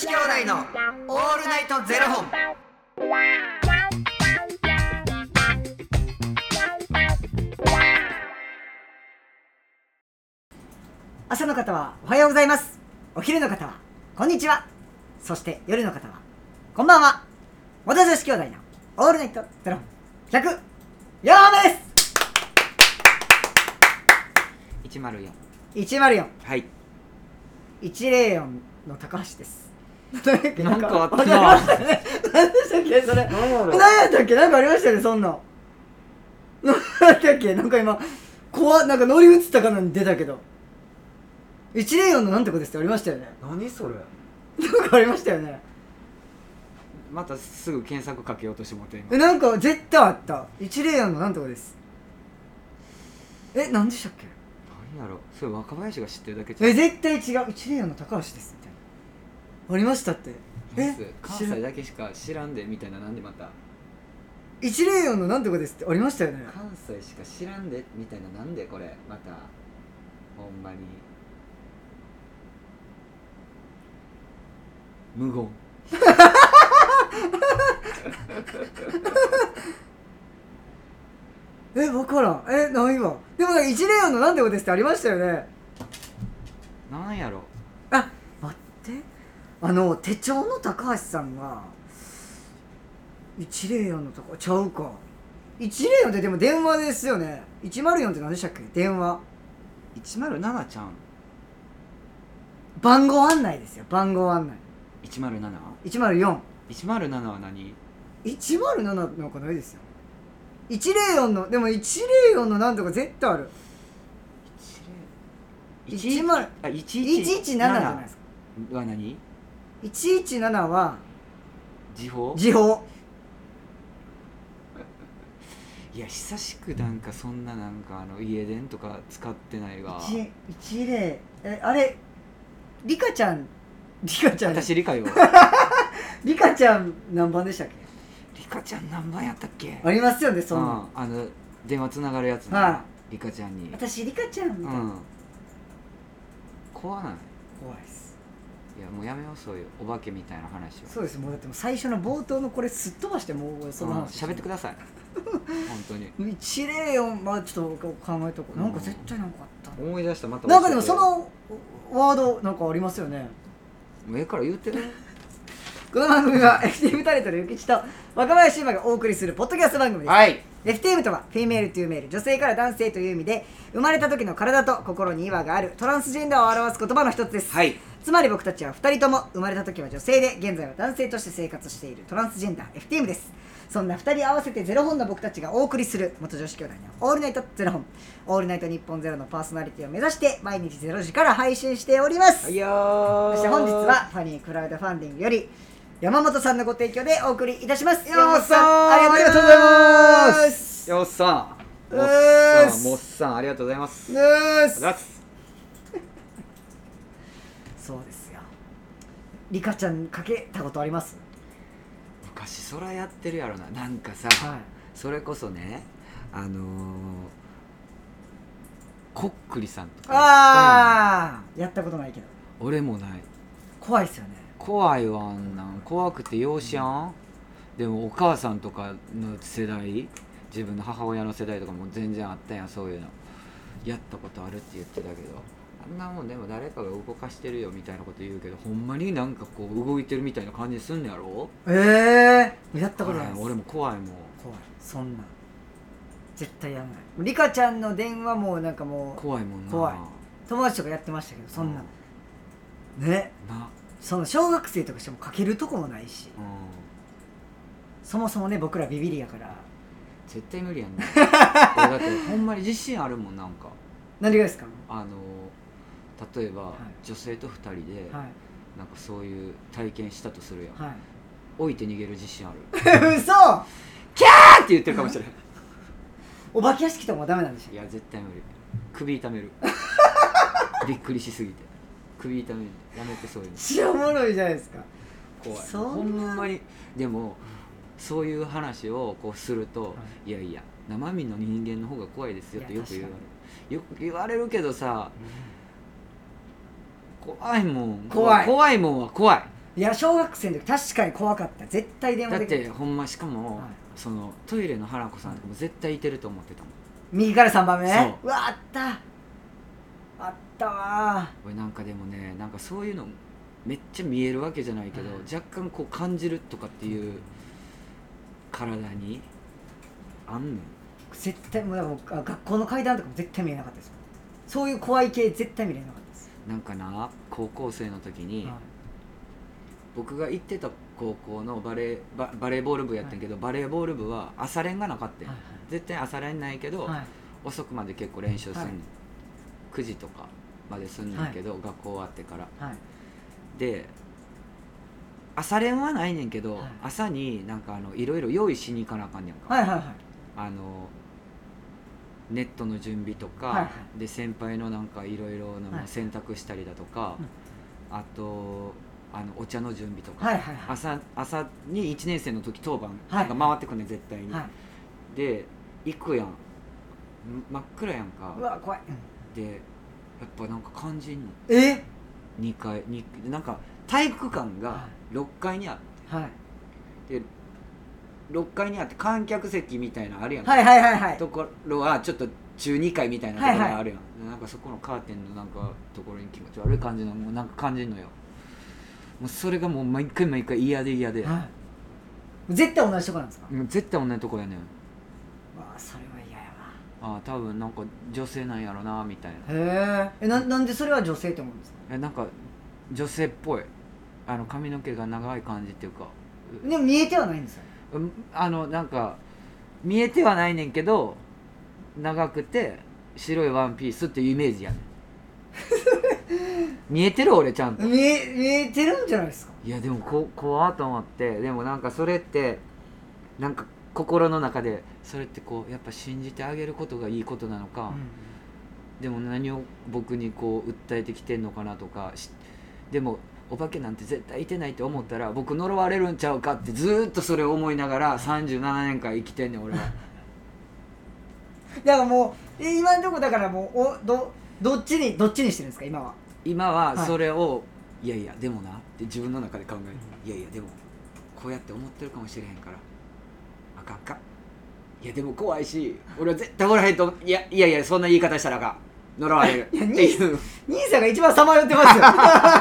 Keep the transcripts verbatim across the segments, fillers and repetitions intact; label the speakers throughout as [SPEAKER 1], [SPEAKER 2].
[SPEAKER 1] 子兄弟のオールナイトゼロ本。
[SPEAKER 2] 朝の方はおはようございます。お昼の方はこんにちは。そして夜の方はこんばんは。元女子兄弟のオールナイトゼロ本ひゃくよんほんめです。
[SPEAKER 1] いちまるよん。
[SPEAKER 2] いちまるよん。
[SPEAKER 1] はい。
[SPEAKER 2] いちまるよんの高橋です。
[SPEAKER 1] なんかあったな。
[SPEAKER 2] 何でしたっけそれ。何やったっけ。なんかありましたよねそんな。何やったっけ。なんか今怖なんか乗り移ったかなに出たけど。いちまるよんのなんてことですってありましたよね。
[SPEAKER 1] 何それ。
[SPEAKER 2] なんかありましたよね。
[SPEAKER 1] またすぐ検索かけようとしてもって今。
[SPEAKER 2] えなんか絶対あった。いちまるよんのなんとかです。え何でしたっけ。
[SPEAKER 1] 何やろ。それ若林が知ってるだけじゃん。
[SPEAKER 2] え絶対違う。いちまるよんの高橋ですみたいなありましたって。え
[SPEAKER 1] 関西だけしか知らんでみたいな。なんでまた
[SPEAKER 2] いちまるよんのなんとかですってありましたよね。
[SPEAKER 1] 関西しか知らんでみたいな。なんでこれまたほんまに無言。
[SPEAKER 2] え分からん。えないわ。でもなんかいちまるよんのなんてことですってありましたよね。
[SPEAKER 1] なんやろ。
[SPEAKER 2] あ待ってあの手帳の高橋さんがいちまるよんのとこちゃうか。いちまるよんってでも電話ですよね。いちまるよんって何でしたっけ。電話
[SPEAKER 1] いちまるななちゃん。
[SPEAKER 2] 番号案内ですよ。番号案内
[SPEAKER 1] いちまるなな。
[SPEAKER 2] いちまるよん。
[SPEAKER 1] いちまるななは何。
[SPEAKER 2] いちまるなななんかないですよ。いちまるよんのでもいちまるよんのなんとか絶対ある。いちまる
[SPEAKER 1] あいち
[SPEAKER 2] いちいちななじゃないですか。
[SPEAKER 1] は何。
[SPEAKER 2] いちいちななは
[SPEAKER 1] 時報。
[SPEAKER 2] 時報。
[SPEAKER 1] いや久しくなんかそんななんかあの家電とか使ってないわ。
[SPEAKER 2] いちまるえあれリカちゃんリカちゃん
[SPEAKER 1] 私リカよ。
[SPEAKER 2] リカちゃん何番でしたっけ。
[SPEAKER 1] リカちゃん何番やったっけ。
[SPEAKER 2] ありますよねそんな、
[SPEAKER 1] うん、あの電話つながるやつね、
[SPEAKER 2] は
[SPEAKER 1] リカちゃんに。
[SPEAKER 2] 私リカちゃんみたいな、
[SPEAKER 1] うん、怖ない。
[SPEAKER 2] 怖いです。
[SPEAKER 1] いやもうやめようそういうお化けみたいな話は。
[SPEAKER 2] そうです。もうだってもう最初の冒頭のこれすっ飛ばしてもうその話
[SPEAKER 1] 喋ってください。本当に
[SPEAKER 2] いちまるよんまあちょっと考えとこう。なんか絶対なんかあった
[SPEAKER 1] 思い出した。また
[SPEAKER 2] なんかでもそのワードなんかありますよね。
[SPEAKER 1] もうええから言ってね。
[SPEAKER 2] この番組は エフティーエム タレントのゆきちと若林優馬がお送りするポッドキャスト番組です。
[SPEAKER 1] はい。
[SPEAKER 2] エフティーエム とはフィメールというメール、女性から男性という意味で生まれた時の体と心に違和があるトランスジェンダーを表す言葉の一つです。
[SPEAKER 1] はい。
[SPEAKER 2] つまり僕たちはふたりとも生まれた時は女性で現在は男性として生活しているトランスジェンダー エフティーエム です。そんなふたり合わせてゼロ本の僕たちがお送りする元女子兄弟のオールナイトゼロ本、オールナイト日本ゼロのパーソナリティを目指して毎日ゼロ時から配信しております。
[SPEAKER 1] はいよー。
[SPEAKER 2] そして本日はファニークラウドファンディングより山本さんのご提供でお送りいたします。
[SPEAKER 1] 山本さん
[SPEAKER 2] ありがとうございます。
[SPEAKER 1] 山本さん
[SPEAKER 2] うーす
[SPEAKER 1] もっさんありがとうございます。
[SPEAKER 2] うーすそうですよ。リカちゃんかけたことあります？
[SPEAKER 1] 昔そらやってるやろな。なんかさ、
[SPEAKER 2] はい、
[SPEAKER 1] それこそねあのー、こっくりさんとか
[SPEAKER 2] ああやったことないけど
[SPEAKER 1] 俺もない。
[SPEAKER 2] 怖いっすよね。
[SPEAKER 1] 怖いわ。あんなん怖くて養子やん。でもお母さんとかの世代、自分の母親の世代とかも全然あったやん。そういうのやったことあるって言ってたけど、あんなもんでも誰かが動かしてるよみたいなこと言うけど、ほんまになんかこう動いてるみたいな感じすんのやろ。
[SPEAKER 2] ええー、やったことないです。
[SPEAKER 1] 俺も怖いもん。
[SPEAKER 2] 怖い。そんな絶対やらない。リカちゃんの電話もなんかもう
[SPEAKER 1] 怖いもんな。
[SPEAKER 2] 怖い。友達とかやってましたけどそんな、うん、ね
[SPEAKER 1] な、
[SPEAKER 2] その小学生とかしてもかけるとこもないし、うん、そもそもね僕らビビりやから
[SPEAKER 1] 絶対無理やんね。だってほんまに自信あるもん。なんか
[SPEAKER 2] 何がですか。
[SPEAKER 1] あの例えば、はい、女性とふたりで、
[SPEAKER 2] はい、
[SPEAKER 1] なんかそういう体験したとするやん、はい、置いて逃げる自信ある。
[SPEAKER 2] 嘘
[SPEAKER 1] キャーって言ってるかもしれない。
[SPEAKER 2] お化け屋敷とかもダメなんでしょ。
[SPEAKER 1] いや絶対無理。首痛める。びっくりしすぎて首痛める。やめて。そういうの
[SPEAKER 2] しおもろいじゃないですか。
[SPEAKER 1] 怖い。ほんまに。でもそういう話をこうすると、はい、いやいや生身の人間の方が怖いですよってよく言われる。よく言われるけどさ、うん、怖いもん。
[SPEAKER 2] 怖い
[SPEAKER 1] 怖いもんは怖い。
[SPEAKER 2] いや小学生の時確かに怖かった。絶対電話
[SPEAKER 1] だっ
[SPEAKER 2] できる。
[SPEAKER 1] てほんましかも、
[SPEAKER 2] はい
[SPEAKER 1] そのトイレの花子さんとかも絶対いてると思ってたもん。
[SPEAKER 2] 右からさんばんめ。
[SPEAKER 1] そう
[SPEAKER 2] うわあったあったわ
[SPEAKER 1] 俺なんかでもねなんかそういうのめっちゃ見えるわけじゃないけど、
[SPEAKER 2] うん
[SPEAKER 1] 若干こう感じるとかっていう体にあんねん。
[SPEAKER 2] 絶対もうだからあ学校の階段とかも絶対見えなかったです。そういう怖い系絶対見れなかったです。
[SPEAKER 1] なんかな高校生の時に、
[SPEAKER 2] はい
[SPEAKER 1] 僕が行ってた高校のバレー バ, バレーボール部やったんけど、はい、バレーボール部は朝練がなかったん、はいはい、絶対朝練ないけど、はい、遅くまで結構練習すんねん、はい、くじとかまですんねんけど、はい、学校終わってから、はい、で朝練はないねんけど、はい、朝になんかあのいろいろ用意しに行かなあかんねんか、
[SPEAKER 2] はいはいはい、
[SPEAKER 1] あのネットの準備とか、はいはい、で先輩のなんかいろいろ洗濯したりだとか、はい、あとあのお茶の準備とか、はいはいはい、朝, 朝にいちねん生の時当番が回ってくんねん絶対に、はい、で行くやん真っ暗やんか。
[SPEAKER 2] うわ怖い、
[SPEAKER 1] うん、でやっぱなんか感じんの
[SPEAKER 2] え
[SPEAKER 1] にかいになんか体育館がろっかいにあって、はい、でろっかいにあって観客席みたいなのあるやんか、
[SPEAKER 2] はいはいはいはい、
[SPEAKER 1] ところはちょっと中にかいみたいなところがあるやん、はいはい、なんかそこのカーテンのなんかところに気持ち悪い感じのもうなんか感じんのよ。もうそれがもう毎回毎回嫌で嫌で、は
[SPEAKER 2] い、絶対同じとこなんですか？
[SPEAKER 1] 絶対同じとこやねん。
[SPEAKER 2] ああそれは嫌や
[SPEAKER 1] わ。ああ多分なんか女性なんやろなみたいな。
[SPEAKER 2] へえ。な, なんでそれは女性って思うんですか？
[SPEAKER 1] えなんか女性っぽいあの髪の毛が長い感じっていうか。
[SPEAKER 2] でも見えてはないんですよ。
[SPEAKER 1] あのなんか見えてはないねんけど長くて白いワンピースっていうイメージやねん見えてる俺ちゃんと
[SPEAKER 2] 見 え, 見えてるんじゃないですか。
[SPEAKER 1] いやでもこ怖っと思って。でもなんかそれってなんか心の中でそれってこうやっぱ信じてあげることがいいことなのか、うん、でも何を僕にこう訴えてきてんのかなとか、でもお化けなんて絶対いてないって思ったら僕呪われるんちゃうかってずっとそれを思いながらさんじゅうななねんかん生きてんねん俺は
[SPEAKER 2] だからもう今のとこだからもうお ど, どっちにどっちにしてるんですか今は。
[SPEAKER 1] 今はそれを、はい、いやいやでもなって自分の中で考える、うん、いやいやでもこうやって思ってるかもしれへんからあかんかいやでも怖いし俺は絶対おらへんといやいやいやそんな言い方したらあかん呪われるっていう
[SPEAKER 2] 兄さんが一番さまよってますよ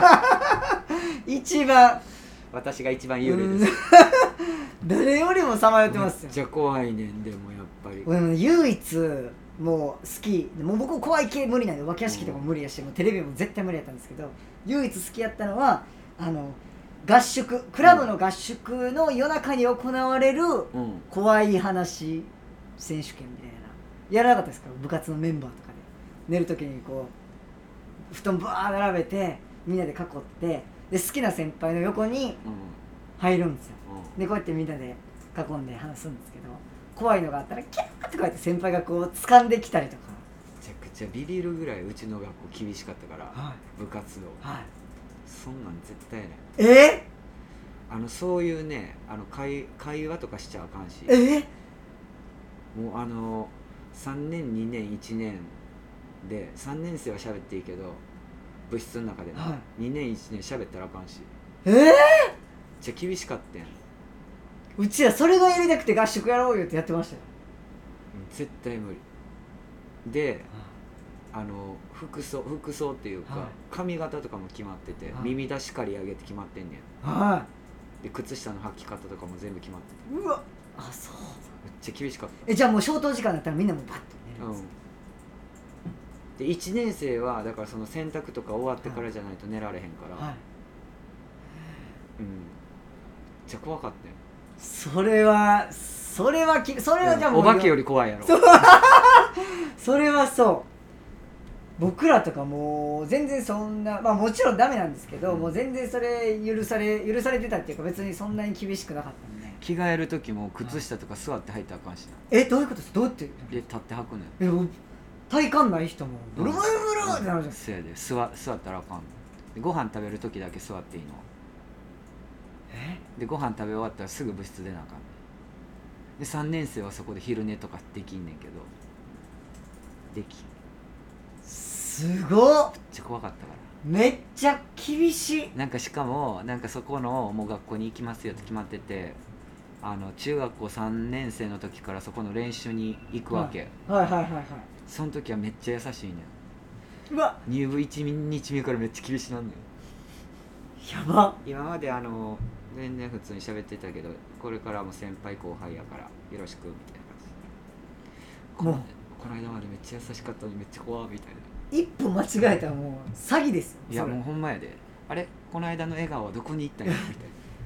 [SPEAKER 2] 一番
[SPEAKER 1] 私が一番有利です
[SPEAKER 2] 誰よりもさまよってますよ。
[SPEAKER 1] めっちゃ怖いねん。でもやっぱり
[SPEAKER 2] 俺唯一もう好きもう僕怖い系無理なんでお化け屋敷とかも無理やし、うん、もうテレビも絶対無理やったんですけど唯一好きやったのはあの合宿クラブの合宿の夜中に行われる怖い話選手権みたいなやらなかったですか？部活のメンバーとかで寝る時にこう布団バー並べてみんなで囲ってで好きな先輩の横に入るんですよ、うん、でこうやってみんなで囲んで話すんですけど怖いのがあったらキャーとか言って先輩がこう掴んできたりとか
[SPEAKER 1] めちゃくちゃビビるぐらいうちの学校厳しかったから、はい、部活動、はい、そんなん絶対ない。
[SPEAKER 2] え
[SPEAKER 1] ー、あのそういうねあの 会, 会話とかしちゃあかんし、
[SPEAKER 2] えー、
[SPEAKER 1] もうあのさんねんにねんいちねんでさんねん生は喋っていいけど部室の中で、ねはい、にねんいちねん喋ったらあかんし。
[SPEAKER 2] えー、
[SPEAKER 1] めっちゃ厳しかったやん。
[SPEAKER 2] うちはそれがやりたくて合宿やろうよってやってましたよ。
[SPEAKER 1] 絶対無理で、あの服装服装っていうか、はい、髪型とかも決まってて、はい、耳出し刈り上げて決まってんねん、はい、で靴下の履き方とかも全部決まってて。
[SPEAKER 2] うわあそうめっ
[SPEAKER 1] ちゃ厳しかった。
[SPEAKER 2] えじゃあもう消灯時間だったらみんなもうバッと寝るんです、
[SPEAKER 1] うん、でいちねん生はだからその洗濯とか終わってからじゃないと寝られへんから、はい、うんめっちゃ怖かったよ。
[SPEAKER 2] それはそれはきそれはじゃあもう、
[SPEAKER 1] うん、お化けより怖いやろ
[SPEAKER 2] それはそう僕らとかもう全然そんなまあもちろんダメなんですけど、うん、もう全然それ許され許されてたっていうか別にそんなに厳しくなかったんで。
[SPEAKER 1] 着替える時も靴下とか座って履いたらあかんしな。
[SPEAKER 2] えどういうことですどうやって
[SPEAKER 1] で立って履くね
[SPEAKER 2] ん。え体幹ない人もブルブルブルってなるじゃん。
[SPEAKER 1] せやで座座ったらあかんでご飯食べる時だけ座っていいの。
[SPEAKER 2] え
[SPEAKER 1] でご飯食べ終わったらすぐ部室出なあかんでさんねん生はそこで昼寝とかできんねんけどでき
[SPEAKER 2] すすごっ、
[SPEAKER 1] めっちゃ怖かったから。
[SPEAKER 2] めっちゃ厳しい。
[SPEAKER 1] なんかしかもなんかそこのもう学校に行きますよって決まってて、あの中学校さんねん生の時からそこの練習に行くわけ、
[SPEAKER 2] はい、はいはいはいはい。
[SPEAKER 1] その時はめっちゃ優しいねん。
[SPEAKER 2] うわ
[SPEAKER 1] 入部いちにちめからめっちゃ厳しなんねん。
[SPEAKER 2] やば。
[SPEAKER 1] 今まであの全然普通に喋ってたけど、これからも先輩後輩やからよろしくみたいな感じ。
[SPEAKER 2] もう
[SPEAKER 1] このこの間までめっちゃ優しかったのにめっちゃ怖いみたいな。
[SPEAKER 2] 一歩間違えたらもう詐欺ですよ。
[SPEAKER 1] いや
[SPEAKER 2] それ
[SPEAKER 1] もうほんまやで、あれこの間の笑顔はどこに行ったんやみたい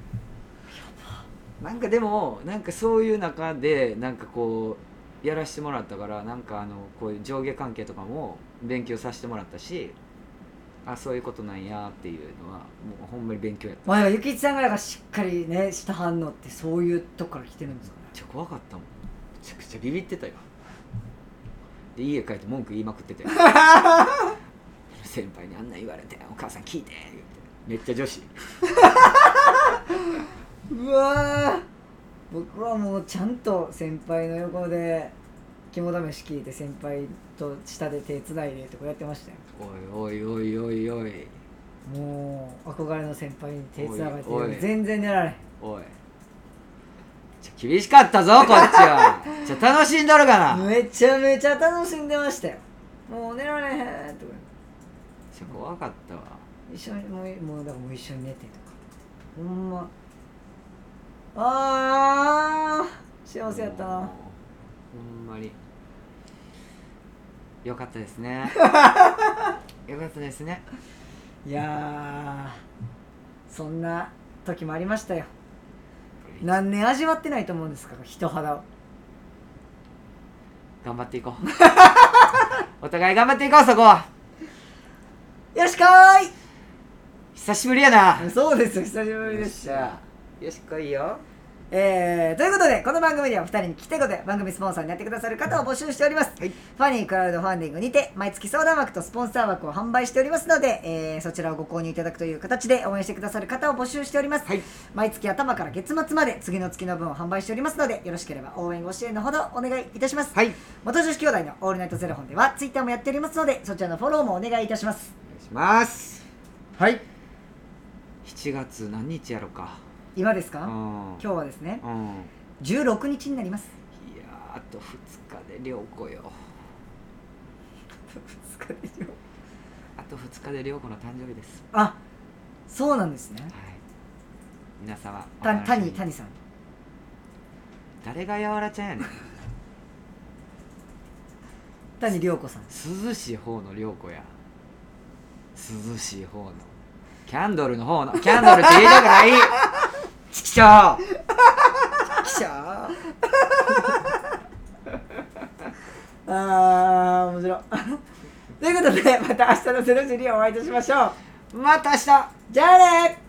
[SPEAKER 1] な。なんかでもなんかそういう中でなんかこうやらせてもらったから、なんかあのこういう上下関係とかも勉強させてもらったし、あそういうことなんやっていうのはもうほんまに勉強やった。
[SPEAKER 2] まあゆきいちさんがだからしっかりねした反応ってそういうとこから来てるんですかね。
[SPEAKER 1] めっちゃ怖かったもん。めちゃくちゃビビってたよ。で家帰って文句言いまくってたよ先輩にあんな言われてお母さん聞いて言ってめっちゃ女子
[SPEAKER 2] うわー、僕はもうちゃんと先輩の横で肝試し聞いて先輩と下で手つないでとかやってましたよ。
[SPEAKER 1] おいおいおいおいおい、
[SPEAKER 2] もう憧れの先輩に手つながれ
[SPEAKER 1] おいおい
[SPEAKER 2] て全然寝られへん。
[SPEAKER 1] おいちょ厳しかったぞこっちはじゃ楽しんどるかな。めっ
[SPEAKER 2] めちゃめちゃ楽しんでましたよ。もう寝られへんとか
[SPEAKER 1] ちゃ怖かったわ。
[SPEAKER 2] 一緒にもうもうだからもう一緒に寝てとかほんまあー幸せやったな。
[SPEAKER 1] ほんまによかったですねよかったですね。
[SPEAKER 2] いやーそんな時もありましたよ。何年味わってないと思うんですか人肌を。
[SPEAKER 1] 頑張っていこうお互い頑張っていこう。そこは
[SPEAKER 2] よしこーい。
[SPEAKER 1] 久しぶりやな。
[SPEAKER 2] そうですよ、久しぶりでした。
[SPEAKER 1] よし来いよ。
[SPEAKER 2] えー、ということでこの番組ではふたりに聞きたいことで番組スポンサーになってくださる方を募集しております、はい、ファニークラウドファンディングにて毎月相談枠とスポンサー枠を販売しておりますので、えー、そちらをご購入いただくという形で応援してくださる方を募集しております、はい、毎月頭から月末まで次の月の分を販売しておりますのでよろしければ応援ご支援のほどお願いいたします、はい、元女子兄弟のオールナイトゼロ本ではツイッターもやっておりますのでそちらのフォローもお願いいたします。
[SPEAKER 1] お願いします。
[SPEAKER 2] はい、
[SPEAKER 1] しちがつ何日やろか。
[SPEAKER 2] 今ですか、
[SPEAKER 1] うん、
[SPEAKER 2] 今日はですね、
[SPEAKER 1] うん、
[SPEAKER 2] じゅうろくにちになります。
[SPEAKER 1] いやーあとふつかで涼子よ
[SPEAKER 2] ふつかで涼子
[SPEAKER 1] あとふつかで涼子の誕生日です。
[SPEAKER 2] あ、そうなんですね。はい、
[SPEAKER 1] 皆様
[SPEAKER 2] た谷谷さん
[SPEAKER 1] 誰がやわらちゃんやねん
[SPEAKER 2] 谷涼子さん。
[SPEAKER 1] 涼しい方の涼子や。涼しい方のキャンドルの方のキャンドルって言いたくないちきしょうちきしょう
[SPEAKER 2] あー面白いということでまた明日のゼロ時にお会いいたしましょう。
[SPEAKER 1] また明日。
[SPEAKER 2] じゃあね。